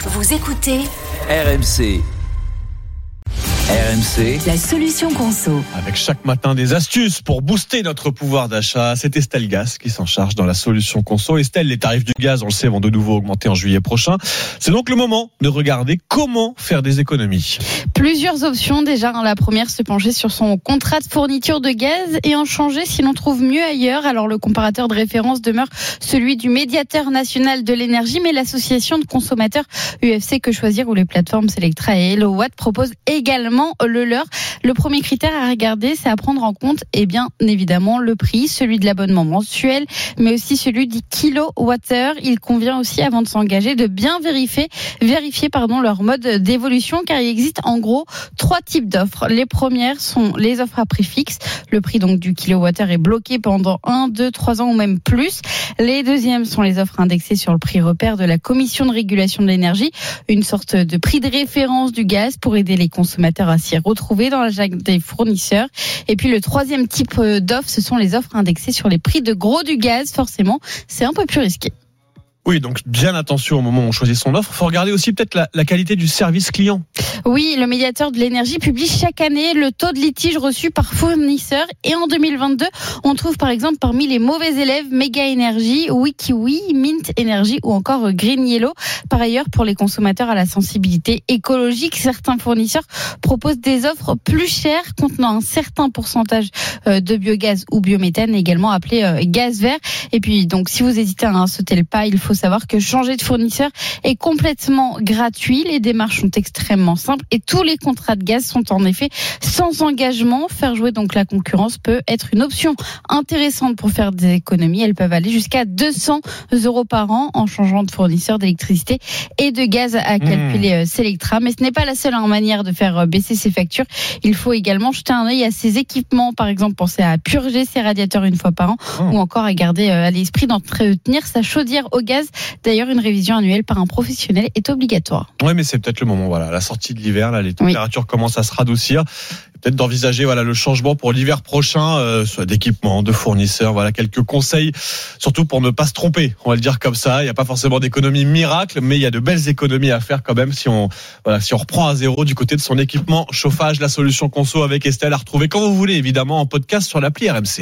Vous écoutez RMC. RMC, la solution conso. Avec chaque matin des astuces pour booster notre pouvoir d'achat. C'est Estelle Gas qui s'en charge dans la solution conso. Estelle, les tarifs du gaz, on le sait, vont de nouveau augmenter en juillet prochain. C'est donc le moment de regarder comment faire des économies. Plusieurs options déjà. La première, se pencher sur son contrat de fourniture de gaz et en changer si l'on trouve mieux ailleurs. Alors le comparateur de référence demeure celui du médiateur national de l'énergie, mais l'association de consommateurs UFC Que Choisir ou les plateformes Selectra et HelloWatt proposent également le leur. Le premier critère à regarder, c'est à prendre en compte, bien évidemment, le prix, celui de l'abonnement mensuel, mais aussi celui du kilowattheure. Il convient aussi, avant de s'engager, de bien vérifier leur mode d'évolution, car il existe en gros 3 types d'offres. Les premières sont les offres à prix fixe. Le prix donc du kilowattheure est bloqué pendant 1, 2, 3 ans ou même plus. Les deuxièmes sont les offres indexées sur le prix repère de la Commission de régulation de l'énergie, une sorte de prix de référence du gaz pour aider les consommateurs à s'y retrouver dans la jungle des fournisseurs. Et puis le troisième type d'offres, ce sont les offres indexées sur les prix de gros du gaz. Forcément, c'est un peu plus risqué. Oui, donc bien attention au moment où on choisit son offre. Il faut regarder aussi peut-être la qualité du service client. Oui, le médiateur de l'énergie publie chaque année le taux de litige reçu par fournisseur. Et en 2022, on trouve par exemple parmi les mauvais élèves Mega Energy, Wikiwi, Mint Energy ou encore Green Yellow. Par ailleurs, pour les consommateurs à la sensibilité écologique, certains fournisseurs proposent des offres plus chères contenant un certain pourcentage de biogaz ou biométhane, également appelé gaz vert. Et puis donc, si vous hésitez à sauter le pas, il faut savoir que changer de fournisseur est complètement gratuit. Les démarches sont extrêmement simples et tous les contrats de gaz sont en effet sans engagement. Faire jouer donc la concurrence peut être une option intéressante pour faire des économies. Elles peuvent aller jusqu'à 200 € par an en changeant de fournisseur d'électricité et de gaz, à calculer Selectra. Mais ce n'est pas la seule manière de faire baisser ses factures. Il faut également jeter un œil à ses équipements. Par exemple, penser à purger ses radiateurs une fois par an ou encore à garder à l'esprit d'entretenir sa chaudière au gaz. D'ailleurs, une révision annuelle par un professionnel est obligatoire. Oui, mais c'est peut-être le moment, à la sortie de l'hiver, là, les températures commencent à se radoucir. Peut-être d'envisager le changement pour l'hiver prochain, soit d'équipement, de fournisseurs, quelques conseils, surtout pour ne pas se tromper, on va le dire comme ça. Il n'y a pas forcément d'économie miracle, mais il y a de belles économies à faire quand même si on reprend à zéro du côté de son équipement chauffage. La solution conso avec Estelle à retrouver quand vous voulez, évidemment, en podcast sur l'appli RMC.